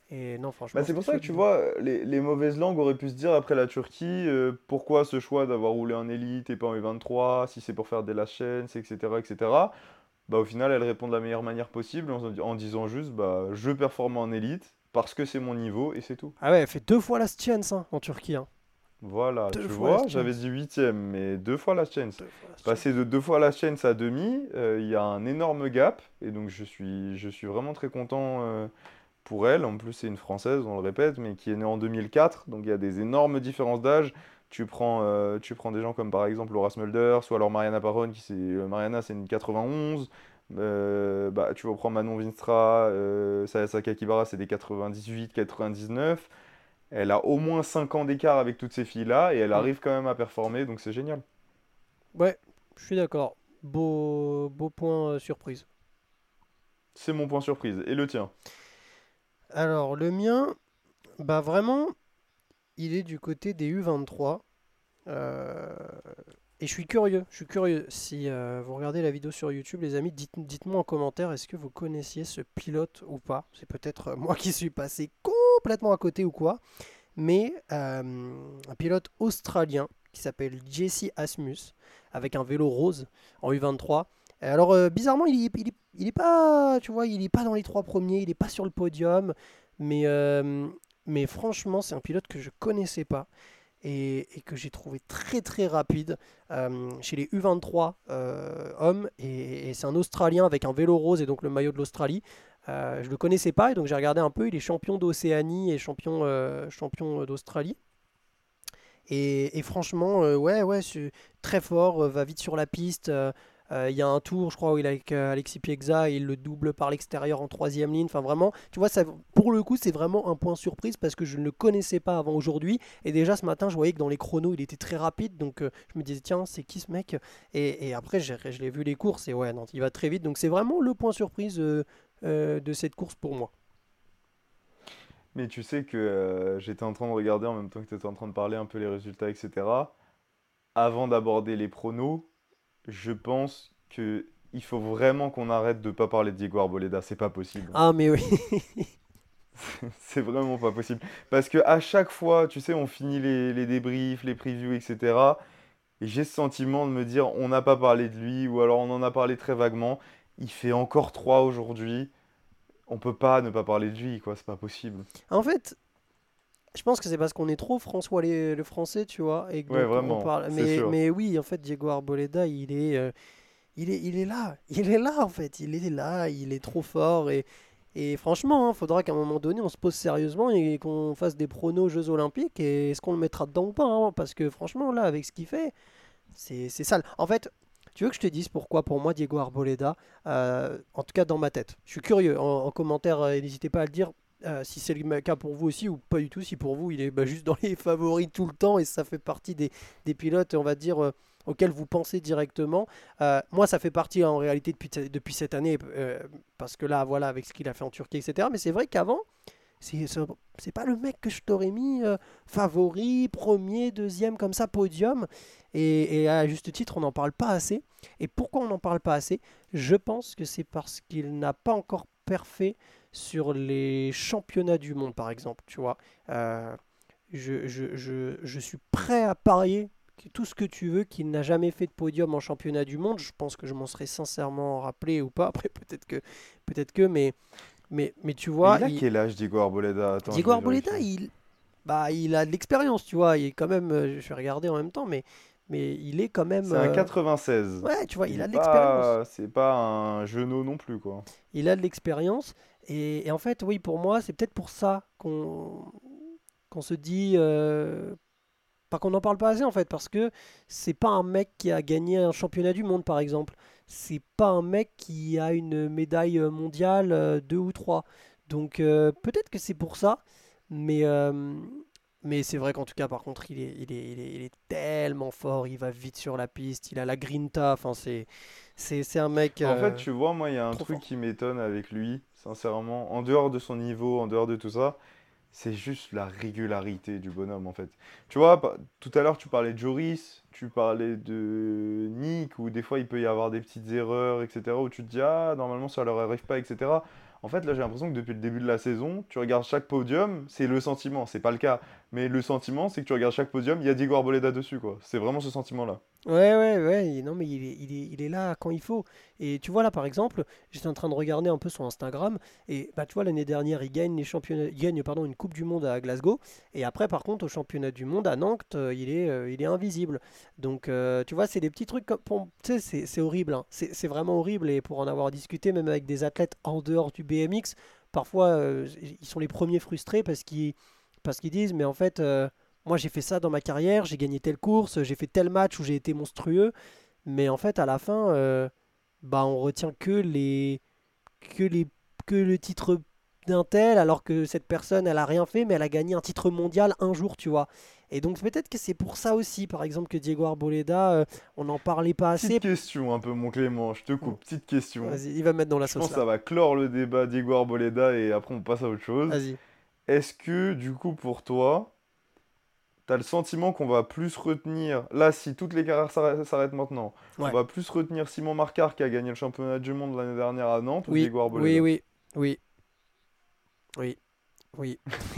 Et non, Bah, franchement, c'est c'était pour ça que tu solide. vois, les mauvaises langues auraient pu se dire après la Turquie, pourquoi ce choix d'avoir roulé en élite et pas en U23, si c'est pour faire des last chances, etc., etc. Bah, au final, elles répondent de la meilleure manière possible en disant juste, bah, je performe en élite parce que c'est mon niveau et c'est tout. Ah ouais, elle fait 2 fois la chance hein, en Turquie. Hein. Voilà, 2 tu fois la vois, j'avais chance. dit huitième, mais deux fois la chance. 2 fois la Passer chance. de deux fois la chance à demi, il y a un énorme gap, et donc je suis vraiment très content pour elle. En plus, c'est une Française, on le répète, mais qui est née en 2004, donc il y a des énormes différences d'âge. Tu prends des gens comme par exemple Laura Smulders, ou alors Mariana Parron, Mariana c'est une 91. Bah, tu vas prendre Manon Vinstra, Sayaka Kibara, c'est des 98, 99. Elle a au moins 5 ans d'écart avec toutes ces filles-là, et elle Hmm. arrive quand même à performer, donc c'est génial. Ouais, je suis d'accord. Beau point surprise. C'est mon point surprise. Et le tien? Alors, le mien, bah vraiment, il est du côté des U23. Euh, et je suis curieux. Si vous regardez la vidéo sur YouTube, les amis, dites-moi en commentaire, est-ce que vous connaissiez ce pilote ou pas? C'est peut-être moi qui suis passé complètement à côté ou quoi. Mais un pilote australien qui s'appelle Jesse Asmus, avec un vélo rose en U23. Et alors, bizarrement, il est pas, tu vois, il est pas dans les 3 premiers, il est pas sur le podium, mais, euh, mais franchement, c'est un pilote que je connaissais pas et que j'ai trouvé très très rapide chez les U23 hommes. Et c'est un Australien avec un vélo rose et donc le maillot de l'Australie. Je ne le connaissais pas et donc j'ai regardé un peu. Il est champion d'Océanie et champion d'Australie. Et franchement, ouais, ouais, c'est très fort, va vite sur la piste. Il y a un tour, je crois, où il est avec Alexis Piegza et il le double par l'extérieur en troisième ligne. Enfin, vraiment, tu vois, ça, pour le coup, c'est vraiment un point surprise parce que je ne le connaissais pas avant aujourd'hui. Et déjà, ce matin, je voyais que dans les chronos, il était très rapide. Donc, je me disais, tiens, c'est qui ce mec? Et après, je l'ai vu les courses et ouais, non, il va très vite. Donc, c'est vraiment le point surprise de cette course pour moi. Mais tu sais que j'étais en train de regarder en même temps que tu étais en train de parler un peu les résultats, etc. Avant d'aborder les pronos, je pense que il faut vraiment qu'on arrête de pas parler de Diego Arboleda. C'est pas possible. Ah, mais oui. C'est vraiment pas possible. Parce que à chaque fois, tu sais, on finit les débriefs, les previews, etc. Et j'ai ce sentiment de me dire, on n'a pas parlé de lui, ou alors on en a parlé très vaguement. Il fait encore 3 aujourd'hui. On peut pas ne pas parler de lui, quoi. C'est pas possible. En fait, je pense que c'est parce qu'on est trop François le français, tu vois, et que Ouais, donc on vraiment, parle. c'est sûr. Mais oui, en fait, Diego Arboleda, il est là, il est là en fait, il est là, il est trop fort et franchement, il faudra qu'à un moment donné, on se pose sérieusement et qu'on fasse des pronos aux Jeux Olympiques et est-ce qu'on le mettra dedans ou pas, hein, parce que franchement, là, avec ce qu'il fait, c'est sale. En fait, tu veux que je te dise pourquoi pour moi Diego Arboleda, en tout cas dans ma tête. Je suis curieux, en commentaire, n'hésitez pas à le dire si c'est le cas pour vous aussi ou pas du tout, si pour vous il est juste dans les favoris tout le temps et ça fait partie des pilotes, on va dire, auxquels vous pensez directement. Moi ça fait partie en réalité depuis cette année, parce que là voilà avec ce qu'il a fait en Turquie, etc. Mais c'est vrai qu'avant, c'est c'est pas le mec que je t'aurais mis favori, premier, deuxième, comme ça, podium. Et à juste titre, on n'en parle pas assez. Et pourquoi on n'en parle pas assez? Je pense que c'est parce qu'il n'a pas encore parfait sur les championnats du monde, par exemple. Tu vois, Euh, je suis prêt à parier tout ce que tu veux qu'il n'a jamais fait de podium en championnat du monde. Je pense que je m'en serais sincèrement rappelé ou pas. Après, peut-être que, mais tu Mais vois, il a quel âge, Diego Arboleda? Attends, je Diego vais Arboleda, vérifier. il a de l'expérience, tu vois. Il est quand même, je vais regarder en même temps, mais il est quand même, C'est un 96. ouais, tu vois, Il il est a de l'expérience. pas... C'est pas un genou non plus, quoi. Il a de l'expérience. Et en fait, oui, pour moi, c'est peut-être pour ça qu'on se dit, pas qu'on n'en parle pas assez en fait, parce que c'est pas un mec qui a gagné un championnat du monde, par exemple. C'est pas un mec qui a une médaille mondiale, deux ou trois. Donc peut-être que c'est pour ça, mais, euh, mais c'est vrai qu'en tout cas, par contre, il est tellement fort, il va vite sur la piste, il a la grinta, enfin c'est un mec Mais en fait, tu vois, moi, il y a un trop truc fort. qui m'étonne avec lui, sincèrement. En dehors de son niveau, en dehors de tout ça, c'est juste la régularité du bonhomme, en fait. Tu vois, tout à l'heure, tu parlais de Joris. tu parlais de Nick, où des fois il peut y avoir des petites erreurs, etc., où tu te dis, ah, normalement ça leur arrive pas, etc. En fait, là, j'ai l'impression que depuis le début de la saison, tu regardes chaque podium, c'est le sentiment, c'est pas le cas, mais le sentiment, c'est que tu regardes chaque podium, il y a Diego Arboleda dessus, quoi. C'est vraiment ce sentiment-là. Ouais, ouais, ouais, non, mais il est là quand il faut. Et tu vois, là, par exemple, j'étais en train de regarder un peu son Instagram, et bah, tu vois, l'année dernière, il gagne il gagne, pardon, une Coupe du Monde à Glasgow, et après, par contre, au championnat du monde à Nantes, il est invisible. Donc, tu vois, c'est des petits trucs comme, tu sais, c'est horrible, hein. C'est vraiment horrible, et pour en avoir discuté, même avec des athlètes en dehors du BMX, parfois, ils sont les premiers frustrés parce qu'ils disent, mais en fait, moi j'ai fait ça dans ma carrière, j'ai gagné telle course, j'ai fait tel match où j'ai été monstrueux, mais en fait à la fin, bah on retient que les que le titre d'un tel, alors que cette personne elle a rien fait, mais elle a gagné un titre mondial un jour, tu vois. Et donc peut-être que c'est pour ça aussi, par exemple, que Diego Arboleda, on n'en parlait pas Petite assez. question, un peu, mon Clément, je te Bon, coupe, petite question. vas-y, il va me mettre dans la Je sauce pense que là. ça va clore le débat Diego Arboleda et après on passe à autre chose. Vas-y. Est-ce que, du coup, pour toi, t'as le sentiment qu'on va plus retenir, là, si toutes les carrières s'arrêtent maintenant, on Ouais. va plus retenir Simon Marcard qui a gagné le championnat du monde l'année dernière à Nantes ou Oui, Diego oui, Arboleda? oui, oui, oui, oui.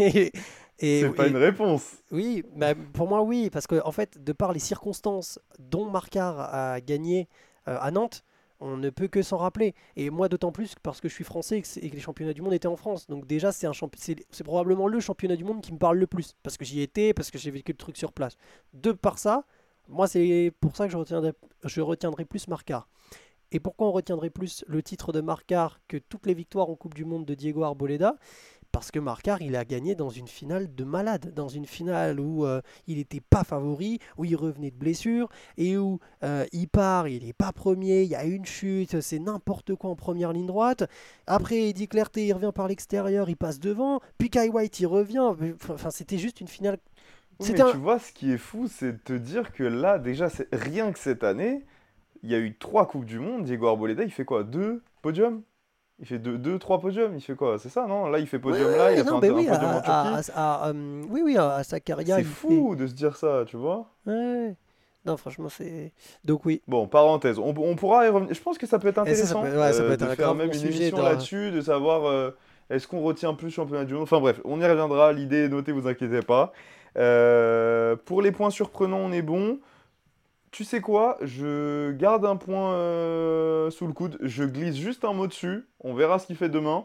Et, C'est pas une et, réponse. Oui, bah, pour moi oui, parce que en fait, de par les circonstances dont Marcard a gagné à Nantes, on ne peut que s'en rappeler. Et moi d'autant plus parce que je suis français et que les championnats du monde étaient en France. Donc déjà c'est probablement le championnat du monde qui me parle le plus, parce que j'y étais, parce que j'ai vécu le truc sur place. De par ça, moi c'est pour ça que je retiendrai plus Marcard. Et pourquoi on retiendrait plus le titre de Marcard que toutes les victoires en Coupe du Monde de Diego Arboleda? Parce que Marcard, il a gagné dans une finale de malade, dans une finale où il n'était pas favori, où il revenait de blessure, et où il part, il n'est pas premier, il y a une chute, c'est n'importe quoi en première ligne droite. Après, Eddie Clerté, il revient par l'extérieur, il passe devant, puis Kai White, il revient. Enfin, c'était juste une finale. Oui, C'était mais un... tu vois, ce qui est fou, c'est de te dire que là, déjà, c'est rien que cette année, il y a eu trois Coupes du Monde. Diego Arboleda, il fait quoi? Deux podiums? Il fait trois podiums? Il fait quoi? C'est ça, non? Là, il fait Ouais, podium là, ouais, il ouais, a fait non, ben un oui, podium en Turquie. oui, oui, à Sakarya, C'est il fait. fou de se dire ça, tu vois? Ouais, ouais. Non, franchement, c'est. Donc, oui. Bon, parenthèse, on pourra y revenir. Je pense que ça peut être Et ça peut, intéressant ouais, ça peut être de un faire grave même bon une sujet. émission là-dessus, de savoir est-ce qu'on retient plus le championnat du monde. Enfin bref, on y reviendra, l'idée est notée, vous inquiétez pas. Pour les points surprenants, on est bon. Tu sais quoi? Je garde un point sous le coude, je glisse juste un mot dessus, on verra ce qu'il fait demain.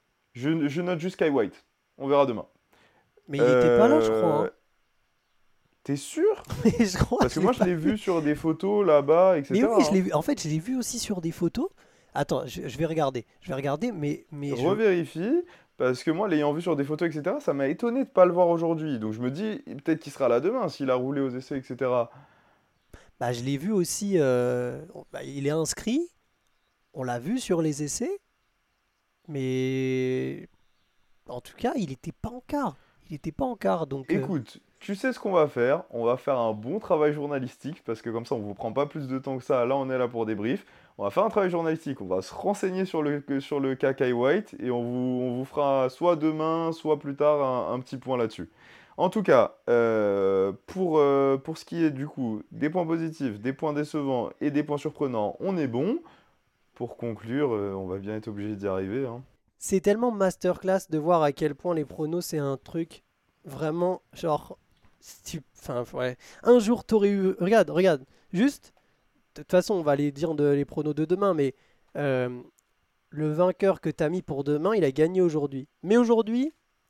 Je note juste Sky White, on verra demain. Mais il était pas là, je crois, Euh, hein. T'es sûr? Mais je crois, Parce je que l'ai moi je pas l'ai vu. vu sur des photos là-bas, Mais etc. oui, je l'ai hein. vu. En fait, je l'ai vu aussi sur des photos. Attends, je vais regarder. Je vais regarder, mais je. Revérifie, parce que moi, l'ayant vu sur des photos, etc., ça m'a étonné de pas le voir aujourd'hui. Donc je me dis, peut-être qu'il sera là demain, s'il a roulé aux essais, etc. Bah, je l'ai vu aussi. Bah, il est inscrit. On l'a vu sur les essais. Mais en tout cas, il n'était pas en quart. Il n'était pas en quart. Donc, Écoute, tu sais ce qu'on va faire? On va faire un bon travail journalistique, parce que comme ça, on vous prend pas plus de temps que ça. Là, on est là pour débrief. On va faire un travail journalistique, on va se renseigner sur le cas Kai White, et on vous fera soit demain, soit plus tard un petit point là-dessus. En tout cas, pour ce qui est du coup des points positifs, des points décevants et des points surprenants, on est bon. Pour conclure, on va bien être obligé d'y arriver, hein. c'est tellement masterclass de voir à quel point les pronos, c'est un truc vraiment genre. Enfin, ouais. Un jour, t'aurais eu. Regarde, regarde. Juste. De toute façon, on va aller dire les pronos de demain, mais euh, le vainqueur que tu as mis pour demain, il a gagné aujourd'hui. Mais aujourd'hui,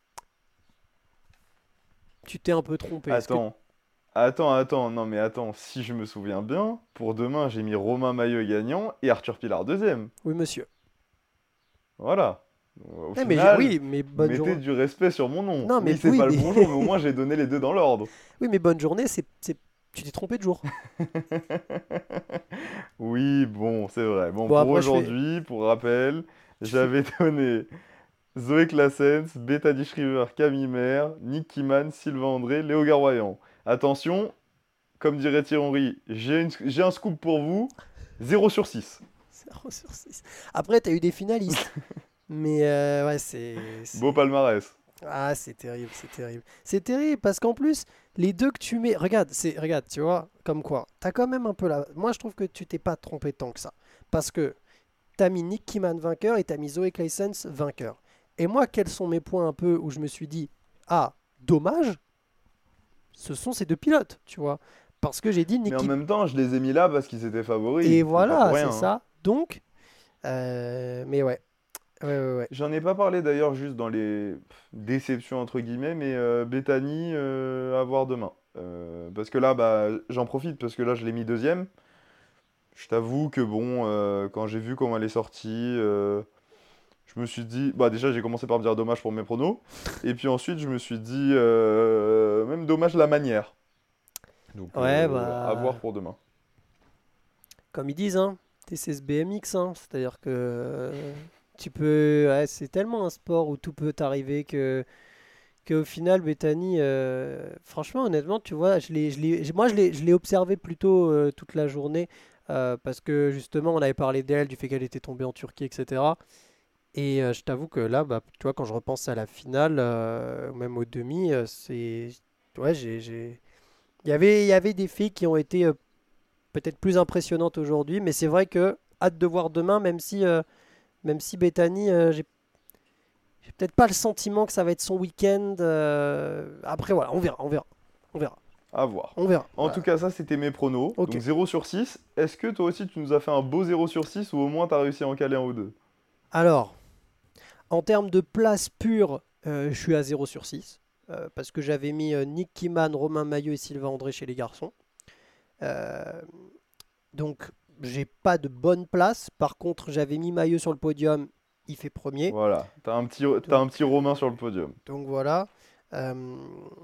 tu t'es un peu trompé. Est-ce que... Attends, non mais attends, si je me souviens bien, pour demain j'ai mis Romain Maillot gagnant et Arthur Pilar deuxième. Oui, monsieur. Voilà. Au final, Oui, mais bonne mettez journée. du respect sur mon nom. Non, mais Oui, c'est oui, pas le mais bonjour, mais au moins j'ai donné les deux dans l'ordre. oui, mais bonne journée, tu t'es trompé de jour. Oui, bon, c'est vrai. Bon, Bon, pour après, je fais. aujourd'hui, pour rappel, Je fais... j'avais donné Zoé Claessens, Bethany Shriver, Camille Maire, Nick Kiman, Sylvain André, Léo Garoyan. Attention, comme dirait Thierry, j'ai un scoop pour vous, 0/6. 0/6. Après, tu as eu des finalistes. Mais ouais, c'est. Beau palmarès. Ah, c'est terrible, c'est terrible. C'est terrible parce qu'en plus, les deux que tu mets. Regarde, tu vois, comme quoi. T'as quand même un peu là. Moi, je trouve que tu t'es pas trompé tant que ça. Parce que t'as mis Nick Kiman vainqueur et t'as mis Zoe Claessens vainqueur. Et moi, quels sont mes points un peu où je me suis dit, ah, dommage, ce sont ces deux pilotes, tu vois. Parce que j'ai dit Mais Nick en Kiman. même temps, je les ai mis là parce qu'ils étaient Et favoris. C'est pas pour voilà, rien, c'est hein. ça. Donc, mais ouais. Ouais, ouais, ouais. J'en ai pas parlé d'ailleurs juste dans les déceptions entre guillemets, mais Bethany à voir demain. Parce que là, bah, j'en profite parce que là, je l'ai mis deuxième. Je t'avoue que bon, quand j'ai vu comment elle est sortie, je me suis dit, bah déjà j'ai commencé par me dire dommage pour mes pronos, et puis ensuite je me suis dit même dommage la manière. Donc Ouais, à voir bah. pour demain. Comme ils disent, hein, TCS BMX, hein, c'est-à-dire que tu peux. Ouais, c'est tellement un sport où tout peut t'arriver qu'au final, Bethany, franchement, honnêtement, tu vois, moi je l'ai observé plutôt toute la journée parce que justement, on avait parlé d'elle, du fait qu'elle était tombée en Turquie, etc. Et je t'avoue que là, bah, tu vois, quand je repense à la finale, ou même au demi, c'est. Ouais, il y avait des filles qui ont été peut-être plus impressionnantes aujourd'hui, mais c'est vrai que hâte de voir demain, même si Bethany, j'ai peut-être pas le sentiment que ça va être son week-end. Après, voilà, on verra, on verra, on verra, À voir. on verra. En tout cas, ça c'était mes pronos. Ok. Donc 0/6. Est-ce que toi aussi tu nous as fait un beau 0/6 ou au moins t'as réussi à en caler un ou deux? Alors, en termes de place pure, je suis à 0/6. Parce que j'avais mis Nick Kiman, Romain Maillot et Sylvain André chez les garçons. Euh, donc, j'ai pas de bonne place. Par contre, j'avais mis Maillot sur le podium, il fait premier. Voilà, t'as un Donc, petit Romain sur le podium. donc voilà. Euh,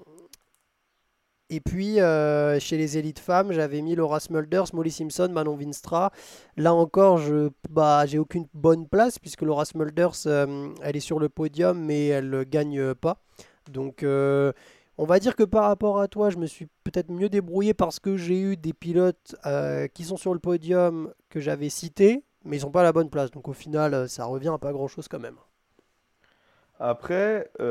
Et puis, chez les élites femmes, j'avais mis Laura Smulders, Molly Simpson, Manon Vinstra. Là encore, j'ai aucune bonne place puisque Laura Smulders, elle est sur le podium, mais elle ne gagne pas. Donc, on va dire que par rapport à toi, je me suis peut-être mieux débrouillé parce que j'ai eu des pilotes qui sont sur le podium que j'avais cités, mais ils sont pas à la bonne place. Donc, au final, ça revient à pas grand-chose quand même. Après,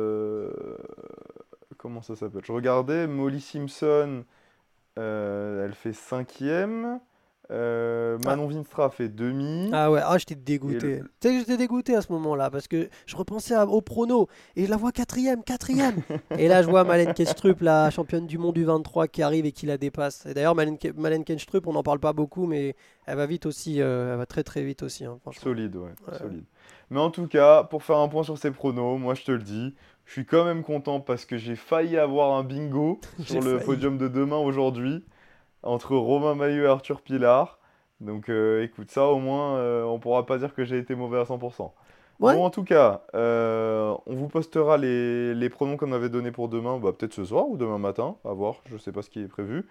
comment ça s'appelle? Je regardais, Molly Simpson, elle fait cinquième. Ah, Manon Vinstra fait demi. Ah ouais, j'étais Et dégoûté. Tu sais que j'étais dégoûté à ce moment-là parce que je repensais au prono et je la vois quatrième, quatrième. Et là, je vois Malène Kenstrup, la championne du monde du 23, qui arrive et qui la dépasse. Et d'ailleurs, Malène Kenstrup, on n'en parle pas beaucoup, mais elle va vite aussi, elle va très très vite aussi, hein, franchement. solide, ouais, Ouais, solide. Mais en tout cas, pour faire un point sur ces pronos, moi je te le dis, je suis quand même content parce que j'ai failli avoir un bingo j'ai sur le failli. podium de demain aujourd'hui, entre Romain Maillot et Arthur Pilar. Donc écoute, ça au moins, on pourra pas dire que j'ai été mauvais à 100%. Ouais, Bon, en tout cas, on vous postera les pronoms qu'on avait donnés pour demain, bah, peut-être ce soir ou demain matin, à voir, je sais pas ce qui est prévu,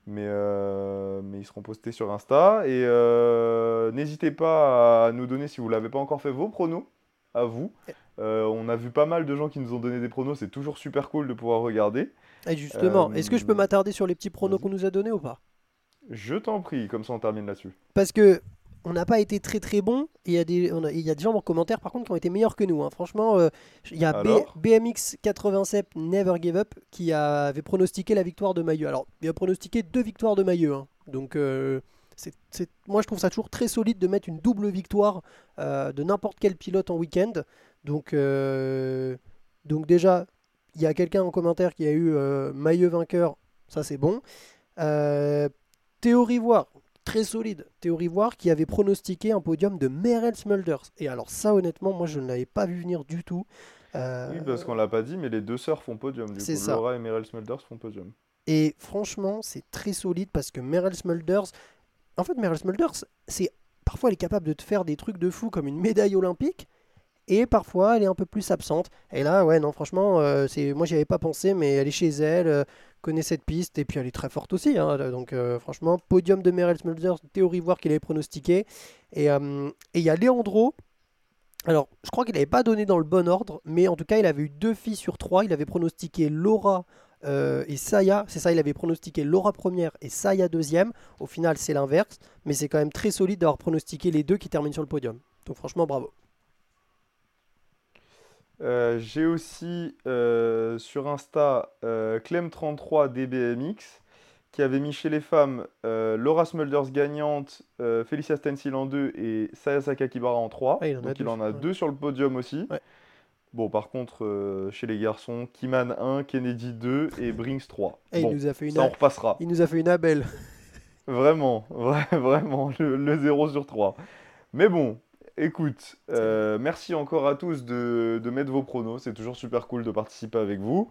mais ils seront postés sur Insta. Et n'hésitez pas à nous donner, si vous l'avez pas encore fait, vos pronos, à vous. On a vu pas mal de gens qui nous ont donné des pronos, c'est toujours super cool de pouvoir regarder. et justement, est-ce que je peux Euh, m'attarder sur les petits pronos qu'on Vas-y. nous a donnés ou pas? Je t'en prie, comme ça on termine là-dessus. Parce que on n'a pas été très très bon. Et il y a des gens en commentaire par contre qui ont été meilleurs que nous, hein. Franchement, il y a Alors? BMX 87 Never Give Up qui avait pronostiqué la victoire de Maillot. Alors, il a pronostiqué deux victoires de Maillot, hein. Donc, moi je trouve ça toujours très solide de mettre une double victoire de n'importe quel pilote en week-end. Donc, déjà, il y a quelqu'un en commentaire qui a eu Maillot vainqueur. Ça c'est bon. Euh, Théo Rivoire, très solide. Théo Rivoire qui avait pronostiqué un podium de Merel Smulders. Et alors ça, honnêtement, moi je ne l'avais pas vu venir du tout. Oui, parce Euh, qu'on l'a pas dit, mais les deux sœurs font podium, du c'est coup. ça. Laura et Meryl Smulders font podium. Et franchement, c'est très solide parce que Merel Smulders, en fait, Merel Smulders, c'est parfois elle est capable de te faire des trucs de fou comme une médaille olympique. Et parfois, elle est un peu plus absente. Et là, ouais, non, franchement, moi, j'y avais pas pensé, mais elle est chez elle, connaît cette piste, et puis elle est très forte aussi, hein. Donc, franchement, podium de Merel Smulders, Théo Rivoire qu'il avait pronostiqué. Et il y a Leandro. Alors, je crois qu'il n'avait pas donné dans le bon ordre, mais en tout cas, il avait eu deux filles sur trois. Il avait pronostiqué Laura et Saya. C'est ça, il avait pronostiqué Laura première et Saya deuxième. Au final, c'est l'inverse, mais c'est quand même très solide d'avoir pronostiqué les deux qui terminent sur le podium. Donc, franchement, bravo. J'ai aussi sur Insta Clem33DBMX qui avait mis chez les femmes Laura Smulders gagnante, Felicia Stencil en 2 et Saya Sakakibara en Ah, 3. il en a Donc deux. il en a Ouais. 2 sur le podium aussi. Ouais. Bon, par contre, chez les garçons, Kiman 1, Kennedy 2 et Brinks 3. Et Bon, ça on repassera. il nous a fait une Abel. Vraiment, vraiment, le 0 sur 3. Mais bon, écoute, C'est vrai. merci encore à tous de mettre vos pronos. C'est toujours super cool de participer avec vous.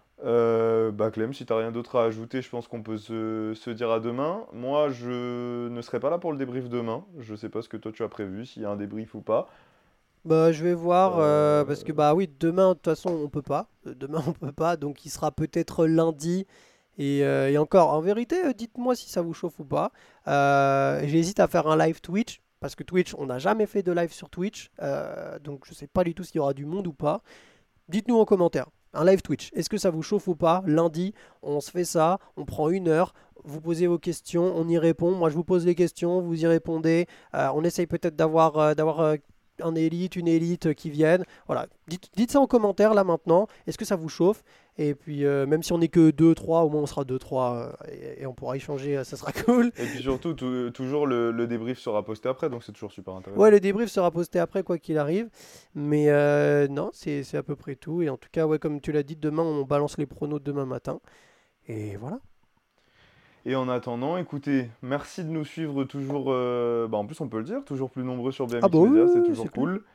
Bah Clem, si t'as rien d'autre à ajouter, je pense qu'on peut se dire à demain. Moi, je ne serai pas là pour le débrief demain. Je sais pas ce que toi tu as prévu, s'il y a un débrief ou pas. Bah, je vais voir parce que Euh, bah oui, demain de toute façon on peut pas. Demain on peut pas, donc il sera peut-être lundi. Et encore, en vérité, dites-moi si ça vous chauffe ou pas. J'hésite à faire un live Twitch parce que Twitch, on n'a jamais fait de live sur Twitch, donc je sais pas du tout s'il y aura du monde ou pas. Dites-nous en commentaire. Un live Twitch, est-ce que ça vous chauffe ou pas? Lundi, on se fait ça, on prend 1 heure, vous posez vos questions, on y répond. Moi, je vous pose les questions, vous y répondez. On essaye peut-être d'avoir un élite, une élite qui viennent. Voilà, dites ça en commentaire là maintenant. Est-ce que ça vous chauffe? Et puis, même si on n'est que deux trois, au moins on sera deux trois et on pourra échanger, ça sera cool. Et puis surtout, toujours le débrief sera posté après, donc c'est toujours super Ouais, intéressant. le débrief sera posté après, quoi qu'il arrive. Mais non, c'est à peu près tout. Et en tout cas, ouais, comme tu l'as dit, demain, on balance les pronos demain matin. Et voilà. Et en attendant, écoutez, merci de nous suivre toujours, bah en plus on peut le dire, toujours plus nombreux sur Ah bah BMX oui, Media, c'est oui, oui, c'est toujours clair. cool.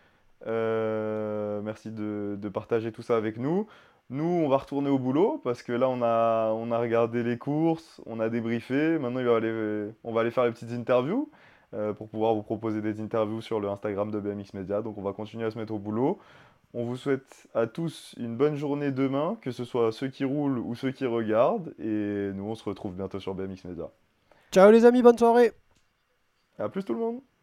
Merci de partager tout ça avec nous. Nous, on va retourner au boulot parce que là, on a regardé les courses, on a débriefé. Maintenant, on va aller faire les petites interviews pour pouvoir vous proposer des interviews sur le Instagram de BMX Media. Donc, on va continuer à se mettre au boulot. On vous souhaite à tous une bonne journée demain, que ce soit ceux qui roulent ou ceux qui regardent. Et nous, on se retrouve bientôt sur BMX Media. Ciao les amis, bonne soirée. À plus tout le monde!